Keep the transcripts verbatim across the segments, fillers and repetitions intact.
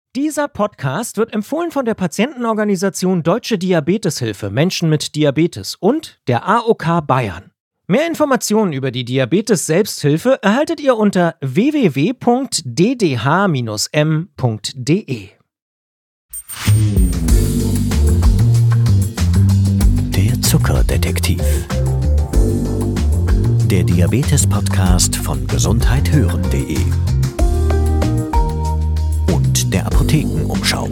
Dieser Podcast wird empfohlen von der Patientenorganisation Deutsche Diabeteshilfe Menschen mit Diabetes und der A O K Bayern. Mehr Informationen über die Diabetes-Selbsthilfe erhaltet ihr unter w w w punkt d d h dash m punkt d e. Der Zuckerdetektiv. Der Diabetes-Podcast von gesundheit hören punkt d e und der Apothekenumschau.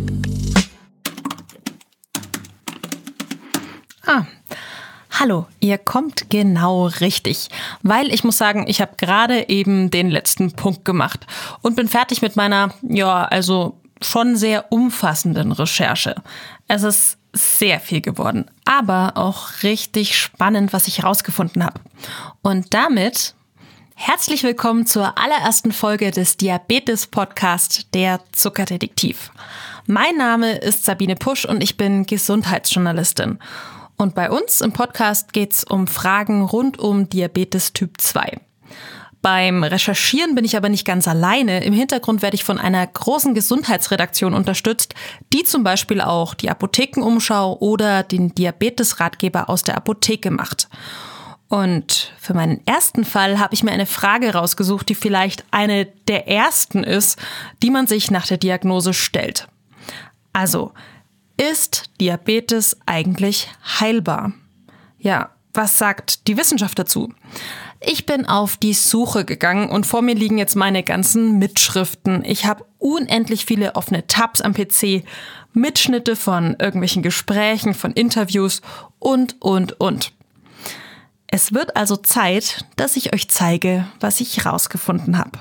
Ah, hallo, ihr kommt genau richtig, weil ich muss sagen, ich habe gerade eben den letzten Punkt gemacht und bin fertig mit meiner, ja, also schon sehr umfassenden Recherche. Es ist sehr viel geworden, aber auch richtig spannend, was ich herausgefunden habe. Und damit herzlich willkommen zur allerersten Folge des Diabetes-Podcasts Der Zuckerdetektiv. Mein Name ist Sabine Pusch und ich bin Gesundheitsjournalistin. Und bei uns im Podcast geht es um Fragen rund um Diabetes Typ zwei. Beim Recherchieren bin ich aber nicht ganz alleine. Im Hintergrund werde ich von einer großen Gesundheitsredaktion unterstützt, die zum Beispiel auch die Apothekenumschau oder den Diabetes-Ratgeber aus der Apotheke macht. Und für meinen ersten Fall habe ich mir eine Frage rausgesucht, die vielleicht eine der ersten ist, die man sich nach der Diagnose stellt. Also, ist Diabetes eigentlich heilbar? Ja, was sagt die Wissenschaft dazu? Ich bin auf die Suche gegangen und vor mir liegen jetzt meine ganzen Mitschriften. Ich habe unendlich viele offene Tabs am P C, Mitschnitte von irgendwelchen Gesprächen, von Interviews und, und, und. Es wird also Zeit, dass ich euch zeige, was ich rausgefunden habe.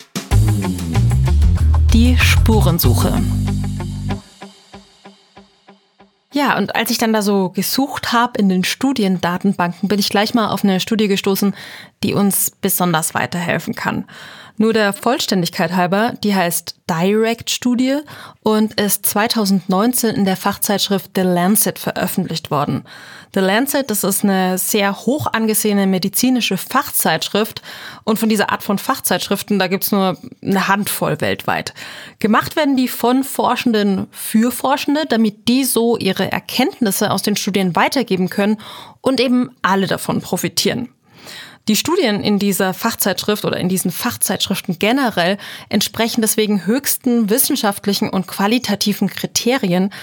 Die Spurensuche. Ja, und als ich dann da so gesucht habe in den Studiendatenbanken, bin ich gleich mal auf eine Studie gestoßen, die uns besonders weiterhelfen kann. Nur der Vollständigkeit halber, die heißt Direct-Studie und ist zweitausendneunzehn in der Fachzeitschrift The Lancet veröffentlicht worden. The Lancet, das ist eine sehr hoch angesehene medizinische Fachzeitschrift und von dieser Art von Fachzeitschriften, da gibt's nur eine Handvoll weltweit. Gemacht werden die von Forschenden für Forschende, damit die so ihre Erkenntnisse aus den Studien weitergeben können und eben alle davon profitieren. Die Studien in dieser Fachzeitschrift oder in diesen Fachzeitschriften generell entsprechen deswegen höchsten wissenschaftlichen und qualitativen Kriterien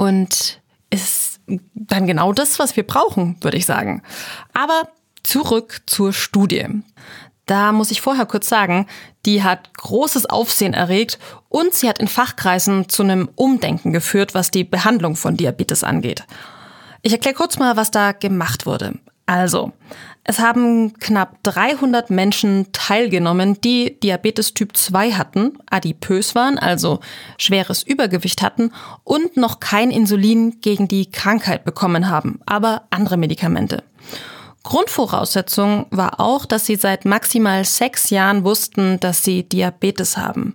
und ist dann genau das, was wir brauchen, würde ich sagen. Aber zurück zur Studie. Da muss ich vorher kurz sagen, die hat großes Aufsehen erregt und sie hat in Fachkreisen zu einem Umdenken geführt, was die Behandlung von Diabetes angeht. Ich erkläre kurz mal, was da gemacht wurde. Also, es haben knapp dreihundert Menschen teilgenommen, die Diabetes Typ zwei hatten, adipös waren, also schweres Übergewicht hatten und noch kein Insulin gegen die Krankheit bekommen haben, aber andere Medikamente. Grundvoraussetzung war auch, dass sie seit maximal sechs Jahren wussten, dass sie Diabetes haben.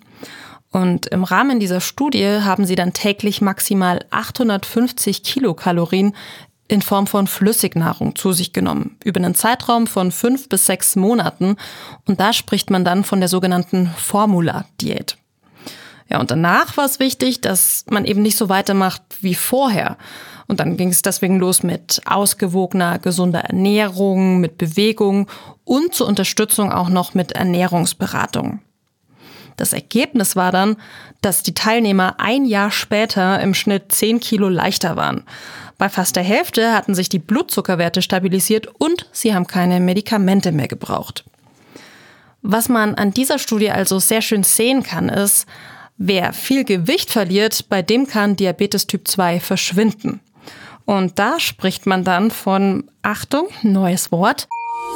Und im Rahmen dieser Studie haben sie dann täglich maximal achthundertfünfzig Kilokalorien in Form von Flüssignahrung zu sich genommen, über einen Zeitraum von fünf bis sechs Monaten. Und da spricht man dann von der sogenannten Formula-Diät. Ja, und danach war es wichtig, dass man eben nicht so weitermacht wie vorher. Und dann ging es deswegen los mit ausgewogener, gesunder Ernährung, mit Bewegung und zur Unterstützung auch noch mit Ernährungsberatung. Das Ergebnis war dann, dass die Teilnehmer ein Jahr später im Schnitt zehn Kilo leichter waren. Bei fast der Hälfte hatten sich die Blutzuckerwerte stabilisiert und sie haben keine Medikamente mehr gebraucht. Was man an dieser Studie also sehr schön sehen kann, ist, wer viel Gewicht verliert, bei dem kann Diabetes Typ zwei verschwinden. Und da spricht man dann von, Achtung, neues Wort,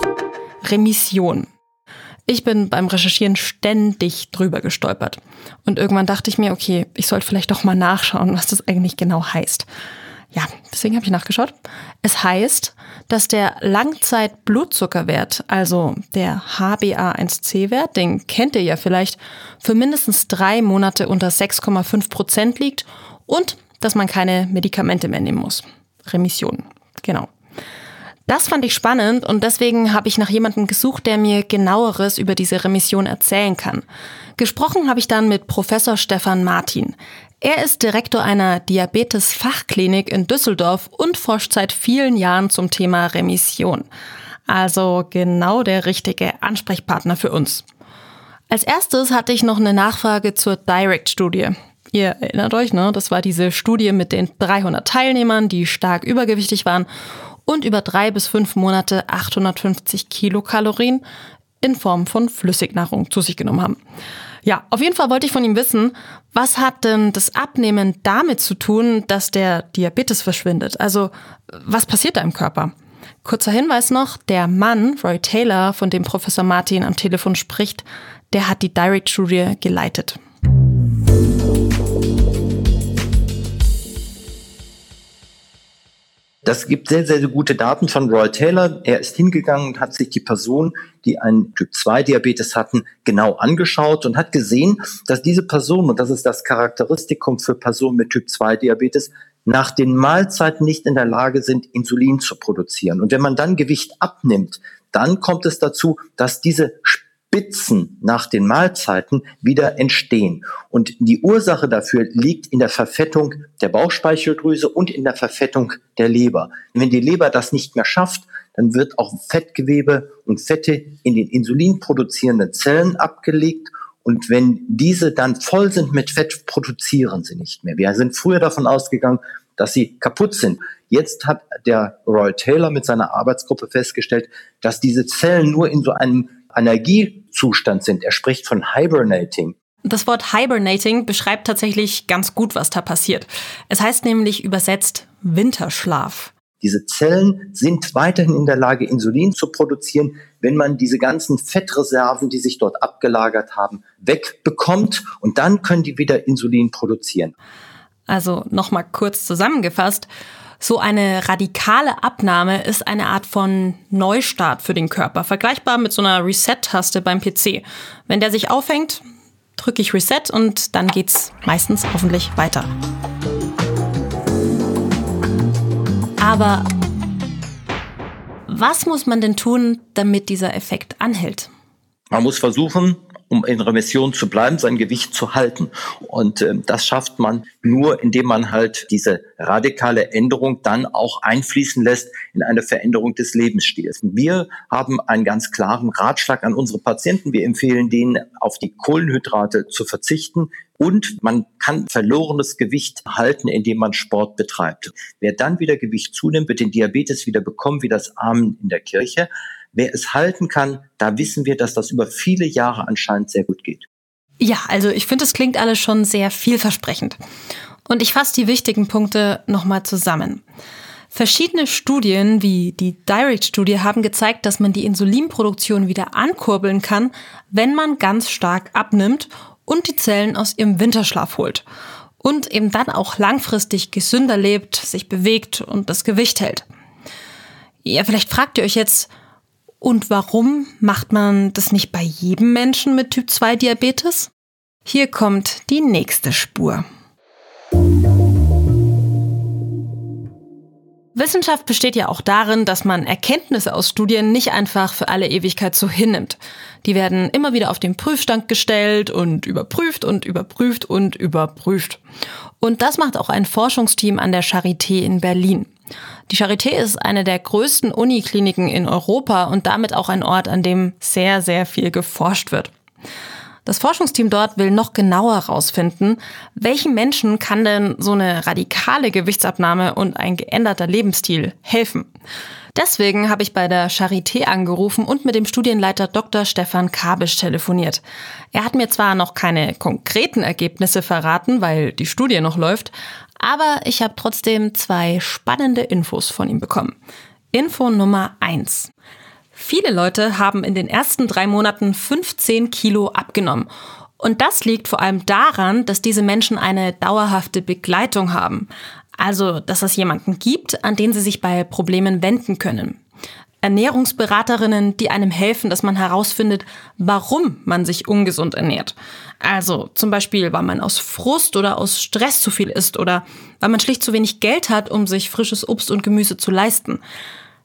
Remission. Ich bin beim Recherchieren ständig drüber gestolpert. Und irgendwann dachte ich mir, okay, ich sollte vielleicht doch mal nachschauen, was das eigentlich genau heißt. Ja, deswegen habe ich nachgeschaut. Es heißt, dass der Langzeit-Blutzuckerwert, also der H b A eins C Wert, den kennt ihr ja vielleicht, für mindestens drei Monate unter sechs Komma fünf Prozent liegt und dass man keine Medikamente mehr nehmen muss. Remission, genau. Das fand ich spannend und deswegen habe ich nach jemandem gesucht, der mir Genaueres über diese Remission erzählen kann. Gesprochen habe ich dann mit Professor Stefan Martin. Er ist Direktor einer Diabetes-Fachklinik in Düsseldorf und forscht seit vielen Jahren zum Thema Remission. Also genau der richtige Ansprechpartner für uns. Als erstes hatte ich noch eine Nachfrage zur DIRECT-Studie. Ihr erinnert euch, ne? Das war diese Studie mit den dreihundert Teilnehmern, die stark übergewichtig waren und über drei bis fünf Monate achthundertfünfzig Kilokalorien in Form von Flüssignahrung zu sich genommen haben. Ja, auf jeden Fall wollte ich von ihm wissen, was hat denn das Abnehmen damit zu tun, dass der Diabetes verschwindet? Also, was passiert da im Körper? Kurzer Hinweis noch, der Mann, Roy Taylor, von dem Professor Martin am Telefon spricht, der hat die DIRECT-Studie geleitet. Das gibt sehr, sehr gute Daten von Roy Taylor. Er ist hingegangen und hat sich die Personen, die einen Typ zwei Diabetes hatten, genau angeschaut und hat gesehen, dass diese Personen, und das ist das Charakteristikum für Personen mit Typ zwei Diabetes, nach den Mahlzeiten nicht in der Lage sind, Insulin zu produzieren. Und wenn man dann Gewicht abnimmt, dann kommt es dazu, dass diese Spitzen nach den Mahlzeiten wieder entstehen. Und die Ursache dafür liegt in der Verfettung der Bauchspeicheldrüse und in der Verfettung der Leber. Und wenn die Leber das nicht mehr schafft, dann wird auch Fettgewebe und Fette in den insulinproduzierenden Zellen abgelegt. Und wenn diese dann voll sind mit Fett, produzieren sie nicht mehr. Wir sind früher davon ausgegangen, dass sie kaputt sind. Jetzt hat der Roy Taylor mit seiner Arbeitsgruppe festgestellt, dass diese Zellen nur in so einem Energiezustand sind. Er spricht von Hibernating. Das Wort Hibernating beschreibt tatsächlich ganz gut, was da passiert. Es heißt nämlich übersetzt Winterschlaf. Diese Zellen sind weiterhin in der Lage, Insulin zu produzieren, wenn man diese ganzen Fettreserven, die sich dort abgelagert haben, wegbekommt. Und dann können die wieder Insulin produzieren. Also nochmal kurz zusammengefasst. So eine radikale Abnahme ist eine Art von Neustart für den Körper, vergleichbar mit so einer Reset-Taste beim P C. Wenn der sich aufhängt, drücke ich Reset und dann geht's meistens hoffentlich weiter. Aber was muss man denn tun, damit dieser Effekt anhält? Man muss versuchen, um in Remission zu bleiben, sein Gewicht zu halten. Und äh, das schafft man nur, indem man halt diese radikale Änderung dann auch einfließen lässt in eine Veränderung des Lebensstils. Wir haben einen ganz klaren Ratschlag an unsere Patienten. Wir empfehlen denen, auf die Kohlenhydrate zu verzichten. Und man kann verlorenes Gewicht halten, indem man Sport betreibt. Wer dann wieder Gewicht zunimmt, wird den Diabetes wieder bekommen, wie das Amen in der Kirche. Wer es halten kann, da wissen wir, dass das über viele Jahre anscheinend sehr gut geht. Ja, also ich finde, es klingt alles schon sehr vielversprechend. Und ich fasse die wichtigen Punkte nochmal zusammen. Verschiedene Studien, wie die DIRECT-Studie, haben gezeigt, dass man die Insulinproduktion wieder ankurbeln kann, wenn man ganz stark abnimmt und die Zellen aus ihrem Winterschlaf holt. Und eben dann auch langfristig gesünder lebt, sich bewegt und das Gewicht hält. Ja, vielleicht fragt ihr euch jetzt, und warum macht man das nicht bei jedem Menschen mit Typ zwei Diabetes? Hier kommt die nächste Spur. Wissenschaft besteht ja auch darin, dass man Erkenntnisse aus Studien nicht einfach für alle Ewigkeit so hinnimmt. Die werden immer wieder auf den Prüfstand gestellt und überprüft und überprüft und überprüft. Und das macht auch ein Forschungsteam an der Charité in Berlin. Die Charité ist eine der größten Unikliniken in Europa und damit auch ein Ort, an dem sehr, sehr viel geforscht wird. Das Forschungsteam dort will noch genauer herausfinden, welchen Menschen kann denn so eine radikale Gewichtsabnahme und ein geänderter Lebensstil helfen. Deswegen habe ich bei der Charité angerufen und mit dem Studienleiter Doktor Stefan Kabisch telefoniert. Er hat mir zwar noch keine konkreten Ergebnisse verraten, weil die Studie noch läuft, aber ich habe trotzdem zwei spannende Infos von ihm bekommen. Info Nummer eins. Viele Leute haben in den ersten drei Monaten fünfzehn Kilo abgenommen. Und das liegt vor allem daran, dass diese Menschen eine dauerhafte Begleitung haben. Also, dass es jemanden gibt, an den sie sich bei Problemen wenden können. Ernährungsberaterinnen, die einem helfen, dass man herausfindet, warum man sich ungesund ernährt. Also zum Beispiel, weil man aus Frust oder aus Stress zu viel isst oder weil man schlicht zu wenig Geld hat, um sich frisches Obst und Gemüse zu leisten.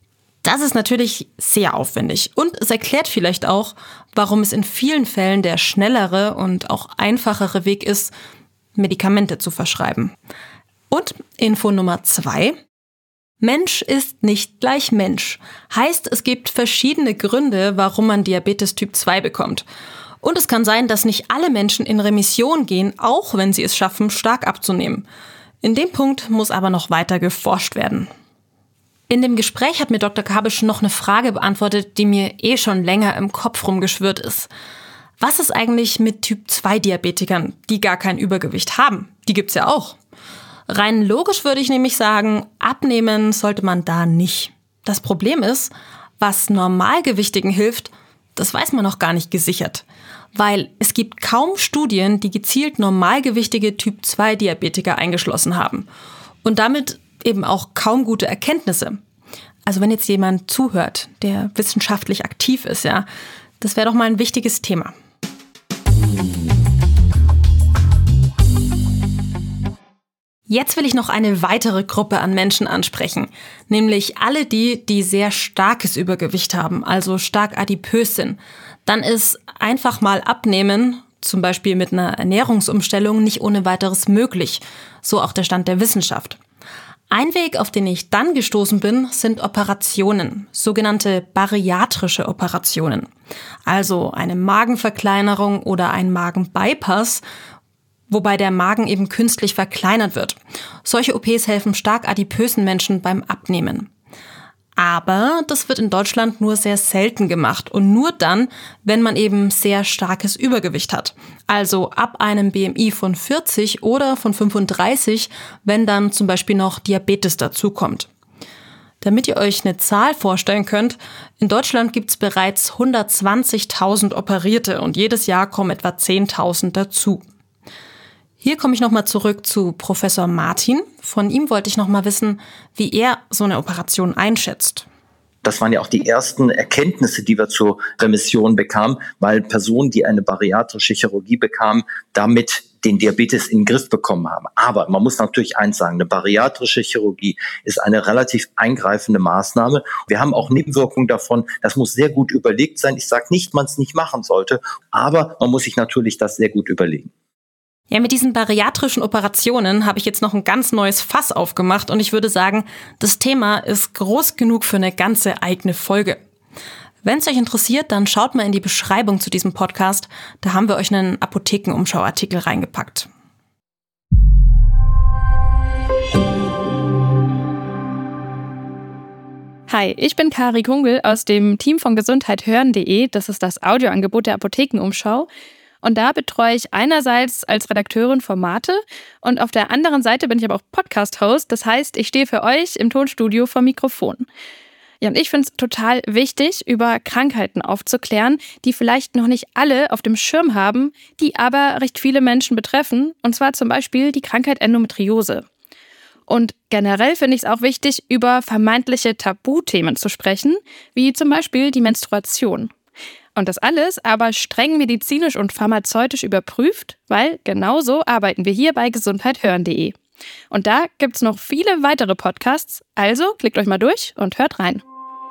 Das ist natürlich sehr aufwendig und es erklärt vielleicht auch, warum es in vielen Fällen der schnellere und auch einfachere Weg ist, Medikamente zu verschreiben. Und Info Nummer zwei. Mensch ist nicht gleich Mensch. Heißt, es gibt verschiedene Gründe, warum man Diabetes Typ zwei bekommt. Und es kann sein, dass nicht alle Menschen in Remission gehen, auch wenn sie es schaffen, stark abzunehmen. In dem Punkt muss aber noch weiter geforscht werden. In dem Gespräch hat mir Doktor Kabisch noch eine Frage beantwortet, die mir eh schon länger im Kopf rumgeschwirrt ist. Was ist eigentlich mit Typ zwei Diabetikern, die gar kein Übergewicht haben? Die gibt's ja auch. Rein logisch würde ich nämlich sagen, abnehmen sollte man da nicht. Das Problem ist, was Normalgewichtigen hilft, das weiß man noch gar nicht gesichert. Weil es gibt kaum Studien, die gezielt normalgewichtige Typ zwei Diabetiker eingeschlossen haben. Und damit eben auch kaum gute Erkenntnisse. Also wenn jetzt jemand zuhört, der wissenschaftlich aktiv ist, ja, das wäre doch mal ein wichtiges Thema. Jetzt will ich noch eine weitere Gruppe an Menschen ansprechen, nämlich alle die, die sehr starkes Übergewicht haben, also stark adipös sind. Dann ist einfach mal abnehmen, zum Beispiel mit einer Ernährungsumstellung, nicht ohne weiteres möglich, so auch der Stand der Wissenschaft. Ein Weg, auf den ich dann gestoßen bin, sind Operationen, sogenannte bariatrische Operationen. Also eine Magenverkleinerung oder ein Magenbypass, wobei der Magen eben künstlich verkleinert wird. Solche O Ps helfen stark adipösen Menschen beim Abnehmen. Aber das wird in Deutschland nur sehr selten gemacht und nur dann, wenn man eben sehr starkes Übergewicht hat. Also ab einem B M I von vierzig oder von fünfunddreißig, wenn dann zum Beispiel noch Diabetes dazukommt. Damit ihr euch eine Zahl vorstellen könnt, in Deutschland gibt es bereits hundertzwanzigtausend Operierte und jedes Jahr kommen etwa zehntausend dazu. Hier komme ich nochmal zurück zu Professor Martin. Von ihm wollte ich nochmal wissen, wie er so eine Operation einschätzt. Das waren ja auch die ersten Erkenntnisse, die wir zur Remission bekamen, weil Personen, die eine bariatrische Chirurgie bekamen, damit den Diabetes in den Griff bekommen haben. Aber man muss natürlich eins sagen, eine bariatrische Chirurgie ist eine relativ eingreifende Maßnahme. Wir haben auch Nebenwirkungen davon. Das muss sehr gut überlegt sein. Ich sage nicht, man es nicht machen sollte, aber man muss sich natürlich das sehr gut überlegen. Ja, mit diesen bariatrischen Operationen habe ich jetzt noch ein ganz neues Fass aufgemacht und ich würde sagen, das Thema ist groß genug für eine ganze eigene Folge. Wenn es euch interessiert, dann schaut mal in die Beschreibung zu diesem Podcast, da haben wir euch einen Apothekenumschau-Artikel reingepackt. Hi, ich bin Kari Kungel aus dem Team von gesundheit hören punkt de, das ist das Audioangebot der Apothekenumschau. Und da betreue ich einerseits als Redakteurin Formate und auf der anderen Seite bin ich aber auch Podcast-Host. Das heißt, ich stehe für euch im Tonstudio vor Mikrofon. Ja, und ich finde es total wichtig, über Krankheiten aufzuklären, die vielleicht noch nicht alle auf dem Schirm haben, die aber recht viele Menschen betreffen. Und zwar zum Beispiel die Krankheit Endometriose. Und generell finde ich es auch wichtig, über vermeintliche Tabuthemen zu sprechen, wie zum Beispiel die Menstruation. Und das alles aber streng medizinisch und pharmazeutisch überprüft, weil genauso arbeiten wir hier bei gesundheit hören punkt de. Und da gibt's noch viele weitere Podcasts, also klickt euch mal durch und hört rein.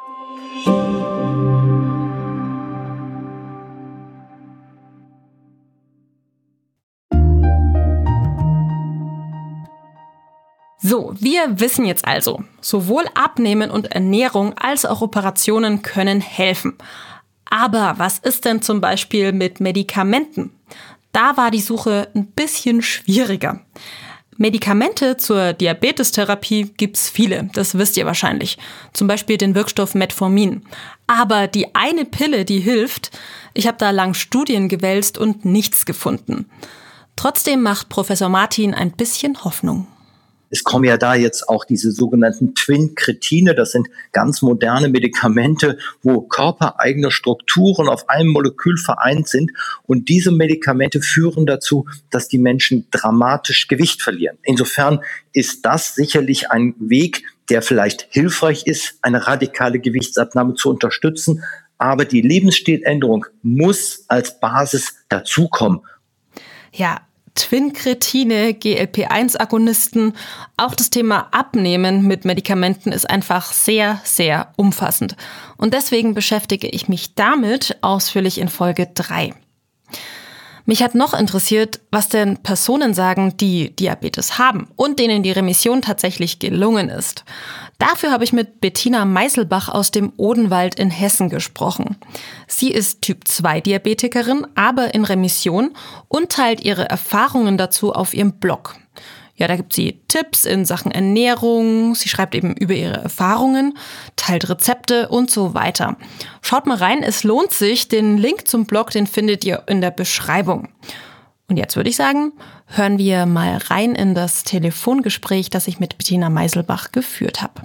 So, wir wissen jetzt also, sowohl Abnehmen und Ernährung als auch Operationen können helfen. Aber was ist denn zum Beispiel mit Medikamenten? Da war die Suche ein bisschen schwieriger. Medikamente zur Diabetestherapie gibt's viele, das wisst ihr wahrscheinlich. Zum Beispiel den Wirkstoff Metformin. Aber die eine Pille, die hilft, ich habe da lang Studien gewälzt und nichts gefunden. Trotzdem macht Professor Martin ein bisschen Hoffnung. Es kommen ja da jetzt auch diese sogenannten Twin-Kretine, das sind ganz moderne Medikamente, wo körpereigene Strukturen auf einem Molekül vereint sind. Und diese Medikamente führen dazu, dass die Menschen dramatisch Gewicht verlieren. Insofern ist das sicherlich ein Weg, der vielleicht hilfreich ist, eine radikale Gewichtsabnahme zu unterstützen. Aber die Lebensstiländerung muss als Basis dazukommen. Ja, Twinkretine, G L P eins Agonisten. Auch das Thema Abnehmen mit Medikamenten ist einfach sehr, sehr umfassend. Und deswegen beschäftige ich mich damit ausführlich in Folge drei. Mich hat noch interessiert, was denn Personen sagen, die Diabetes haben und denen die Remission tatsächlich gelungen ist. Dafür habe ich mit Bettina Meiselbach aus dem Odenwald in Hessen gesprochen. Sie ist Typ zwei Diabetikerin, aber in Remission und teilt ihre Erfahrungen dazu auf ihrem Blog. Ja, da gibt sie Tipps in Sachen Ernährung, sie schreibt eben über ihre Erfahrungen, teilt Rezepte und so weiter. Schaut mal rein, es lohnt sich. Den Link zum Blog, den findet ihr in der Beschreibung. Und jetzt würde ich sagen, hören wir mal rein in das Telefongespräch, das ich mit Bettina Meiselbach geführt habe.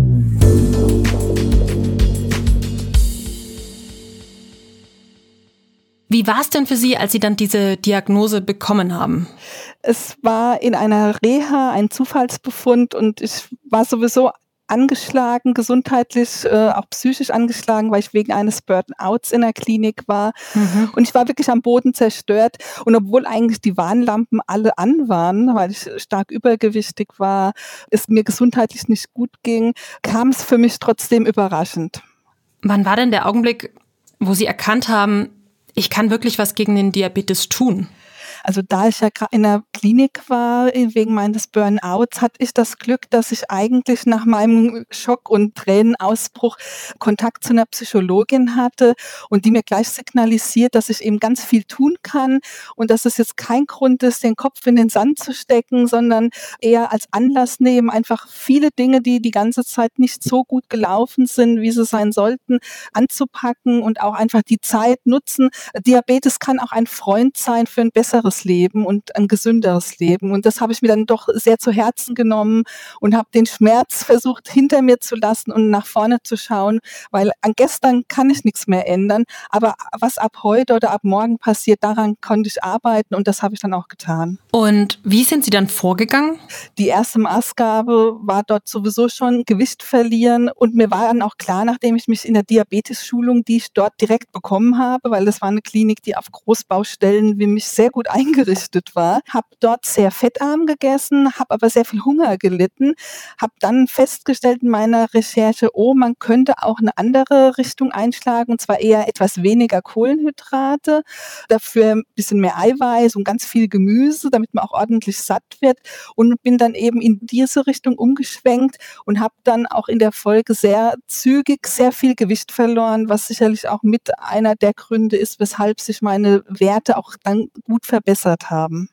Wie war es denn für Sie, als Sie dann diese Diagnose bekommen haben? Es war in einer Reha ein Zufallsbefund und ich war sowieso angeschlagen, gesundheitlich, äh, auch psychisch angeschlagen, weil ich wegen eines Burnouts in der Klinik war. Mhm. Und ich war wirklich am Boden zerstört. Und obwohl eigentlich die Warnlampen alle an waren, weil ich stark übergewichtig war, es mir gesundheitlich nicht gut ging, kam es für mich trotzdem überraschend. Wann war denn der Augenblick, wo Sie erkannt haben, ich kann wirklich was gegen den Diabetes tun? Also da ich ja gerade in der Klinik war, wegen meines Burnouts, hatte ich das Glück, dass ich eigentlich nach meinem Schock- und Tränenausbruch Kontakt zu einer Psychologin hatte und die mir gleich signalisiert, dass ich eben ganz viel tun kann und dass es jetzt kein Grund ist, den Kopf in den Sand zu stecken, sondern eher als Anlass nehmen, einfach viele Dinge, die die ganze Zeit nicht so gut gelaufen sind, wie sie sein sollten, anzupacken und auch einfach die Zeit nutzen. Diabetes kann auch ein Freund sein für ein besseres Leben und ein gesünderes Leben. Und das habe ich mir dann doch sehr zu Herzen genommen und habe den Schmerz versucht, hinter mir zu lassen und nach vorne zu schauen, weil an gestern kann ich nichts mehr ändern. Aber was ab heute oder ab morgen passiert, daran konnte ich arbeiten und das habe ich dann auch getan. Und wie sind Sie dann vorgegangen? Die erste Maßgabe war dort sowieso schon Gewicht verlieren und mir war dann auch klar, nachdem ich mich in der Diabetes-Schulung, die ich dort direkt bekommen habe, weil das war eine Klinik, die auf Großbaustellen wie mich sehr gut eingerichtet war, habe dort sehr fettarm gegessen, habe aber sehr viel Hunger gelitten, habe dann festgestellt in meiner Recherche, oh, man könnte auch eine andere Richtung einschlagen und zwar eher etwas weniger Kohlenhydrate, dafür ein bisschen mehr Eiweiß und ganz viel Gemüse, damit man auch ordentlich satt wird und bin dann eben in diese Richtung umgeschwenkt und habe dann auch in der Folge sehr zügig sehr viel Gewicht verloren, was sicherlich auch mit einer der Gründe ist, weshalb sich meine Werte auch dann gut verbessert haben.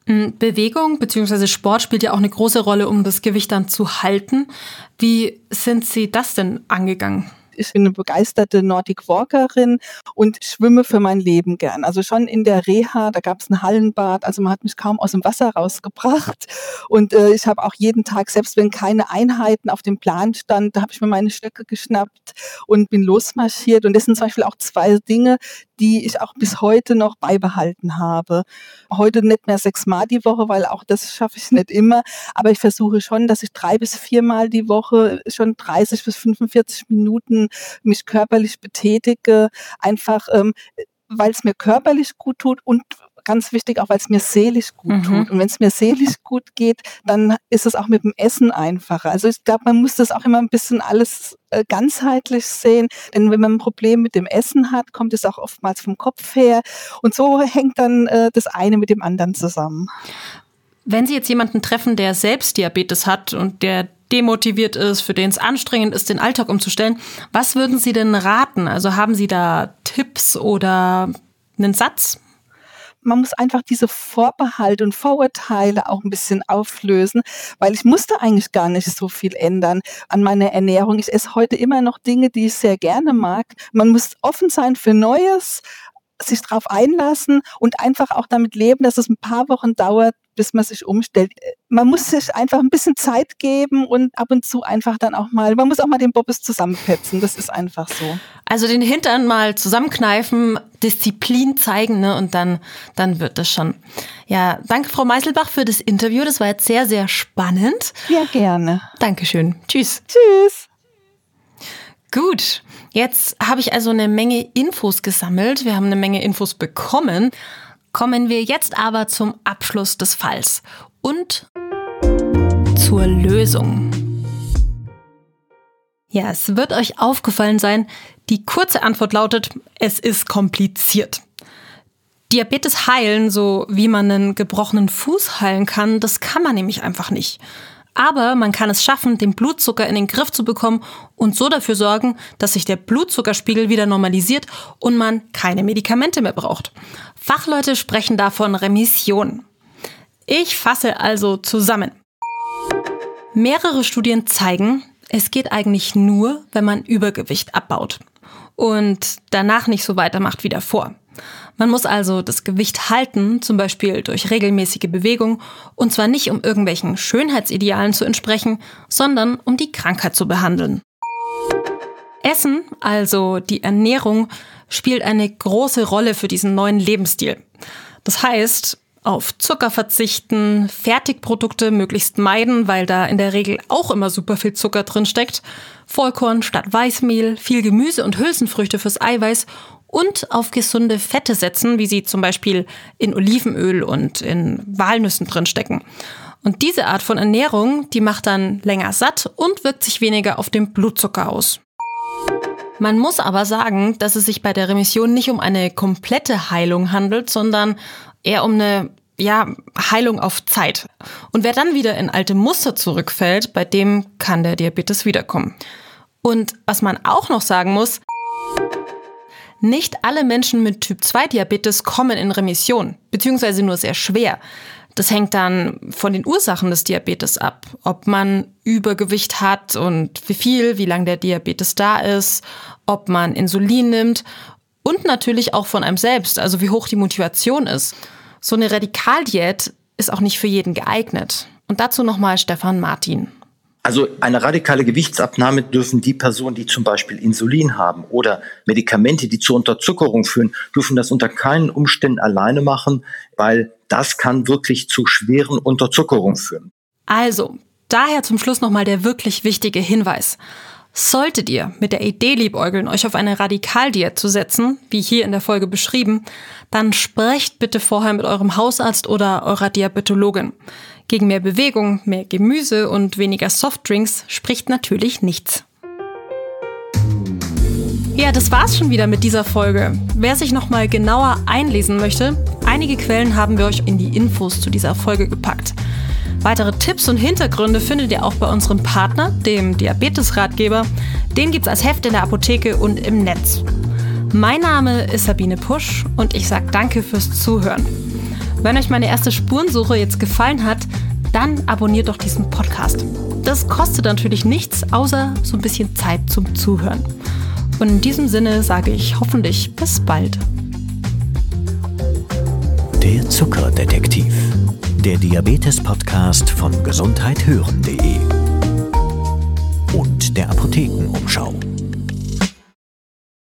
Bewegung bzw. Sport spielt ja auch eine große Rolle, um das Gewicht dann zu halten. Wie sind Sie das denn angegangen? Ich bin eine begeisterte Nordic Walkerin und schwimme für mein Leben gern. Also schon in der Reha, da gab es ein Hallenbad, also man hat mich kaum aus dem Wasser rausgebracht. Und äh, ich habe auch jeden Tag, selbst wenn keine Einheiten auf dem Plan standen, da habe ich mir meine Stöcke geschnappt und bin losmarschiert. Und das sind zum Beispiel auch zwei Dinge, die ich auch bis heute noch beibehalten habe. Heute nicht mehr sechsmal die Woche, weil auch das schaffe ich nicht immer. Aber ich versuche schon, dass ich drei bis viermal die Woche schon dreißig bis fünfundvierzig Minuten mich körperlich betätige. Einfach, ähm, weil es mir körperlich gut tut und ganz wichtig auch, weil es mir seelisch gut mhm. tut. Und wenn es mir seelisch gut geht, dann ist es auch mit dem Essen einfacher. Also ich glaube, man muss das auch immer ein bisschen alles äh, ganzheitlich sehen. Denn wenn man ein Problem mit dem Essen hat, kommt es auch oftmals vom Kopf her. Und so hängt dann äh, das eine mit dem anderen zusammen. Wenn Sie jetzt jemanden treffen, der selbst Diabetes hat und der demotiviert ist, für den es anstrengend ist, den Alltag umzustellen, was würden Sie denn raten? Also haben Sie da Tipps oder einen Satz? Man muss einfach diese Vorbehalte und Vorurteile auch ein bisschen auflösen, weil ich musste eigentlich gar nicht so viel ändern an meiner Ernährung. Ich esse heute immer noch Dinge, die ich sehr gerne mag. Man muss offen sein für Neues, sich darauf einlassen und einfach auch damit leben, dass es ein paar Wochen dauert, bis man sich umstellt. Man muss sich einfach ein bisschen Zeit geben und ab und zu einfach dann auch mal, man muss auch mal den Bobbes zusammenpetzen, das ist einfach so. Also den Hintern mal zusammenkneifen, Disziplin zeigen, ne, und dann, dann wird das schon. Ja, danke Frau Meiselbach für das Interview, das war jetzt sehr, sehr spannend. Ja, gerne. Dankeschön. Tschüss. Tschüss. Gut, jetzt habe ich also eine Menge Infos gesammelt. Wir haben eine Menge Infos bekommen. Kommen wir jetzt aber zum Abschluss des Falls und zur Lösung. Ja, es wird euch aufgefallen sein, die kurze Antwort lautet, es ist kompliziert. Diabetes heilen, so wie man einen gebrochenen Fuß heilen kann, das kann man nämlich einfach nicht. Aber man kann es schaffen, den Blutzucker in den Griff zu bekommen und so dafür sorgen, dass sich der Blutzuckerspiegel wieder normalisiert und man keine Medikamente mehr braucht. Fachleute sprechen davon Remission. Ich fasse also zusammen. Mehrere Studien zeigen, es geht eigentlich nur, wenn man Übergewicht abbaut und danach nicht so weitermacht wie davor. Man muss also das Gewicht halten, zum Beispiel durch regelmäßige Bewegung, und zwar nicht um irgendwelchen Schönheitsidealen zu entsprechen, sondern um die Krankheit zu behandeln. Essen, also die Ernährung, spielt eine große Rolle für diesen neuen Lebensstil. Das heißt, auf Zucker verzichten, Fertigprodukte möglichst meiden, weil da in der Regel auch immer super viel Zucker drin steckt, Vollkorn statt Weißmehl, viel Gemüse und Hülsenfrüchte fürs Eiweiß und auf gesunde Fette setzen, wie sie zum Beispiel in Olivenöl und in Walnüssen drin stecken. Und diese Art von Ernährung, die macht dann länger satt und wirkt sich weniger auf den Blutzucker aus. Man muss aber sagen, dass es sich bei der Remission nicht um eine komplette Heilung handelt, sondern eher um eine ja, Heilung auf Zeit. Und wer dann wieder in alte Muster zurückfällt, bei dem kann der Diabetes wiederkommen. Und was man auch noch sagen muss, nicht alle Menschen mit Typ zwei Diabetes kommen in Remission, beziehungsweise nur sehr schwer. Das hängt dann von den Ursachen des Diabetes ab, ob man Übergewicht hat und wie viel, wie lange der Diabetes da ist, ob man Insulin nimmt und natürlich auch von einem selbst, also wie hoch die Motivation ist. So eine Radikaldiät ist auch nicht für jeden geeignet. Und dazu nochmal Stefan Martin. Also eine radikale Gewichtsabnahme dürfen die Personen, die zum Beispiel Insulin haben oder Medikamente, die zur Unterzuckerung führen, dürfen das unter keinen Umständen alleine machen, weil das kann wirklich zu schweren Unterzuckerungen führen. Also, daher zum Schluss nochmal der wirklich wichtige Hinweis. Solltet ihr mit der Idee liebäugeln, euch auf eine Radikaldiät zu setzen, wie hier in der Folge beschrieben, dann sprecht bitte vorher mit eurem Hausarzt oder eurer Diabetologin. Gegen mehr Bewegung, mehr Gemüse und weniger Softdrinks spricht natürlich nichts. Ja, das war's schon wieder mit dieser Folge. Wer sich nochmal genauer einlesen möchte, einige Quellen haben wir euch in die Infos zu dieser Folge gepackt. Weitere Tipps und Hintergründe findet ihr auch bei unserem Partner, dem Diabetes-Ratgeber. Den gibt's als Heft in der Apotheke und im Netz. Mein Name ist Sabine Pusch und ich sage danke fürs Zuhören. Wenn euch meine erste Spurensuche jetzt gefallen hat, dann abonniert doch diesen Podcast. Das kostet natürlich nichts, außer so ein bisschen Zeit zum Zuhören. Und in diesem Sinne sage ich hoffentlich bis bald. Der Zuckerdetektiv. Der Diabetes-Podcast von gesundheit hören punkt de und der Apothekenumschau.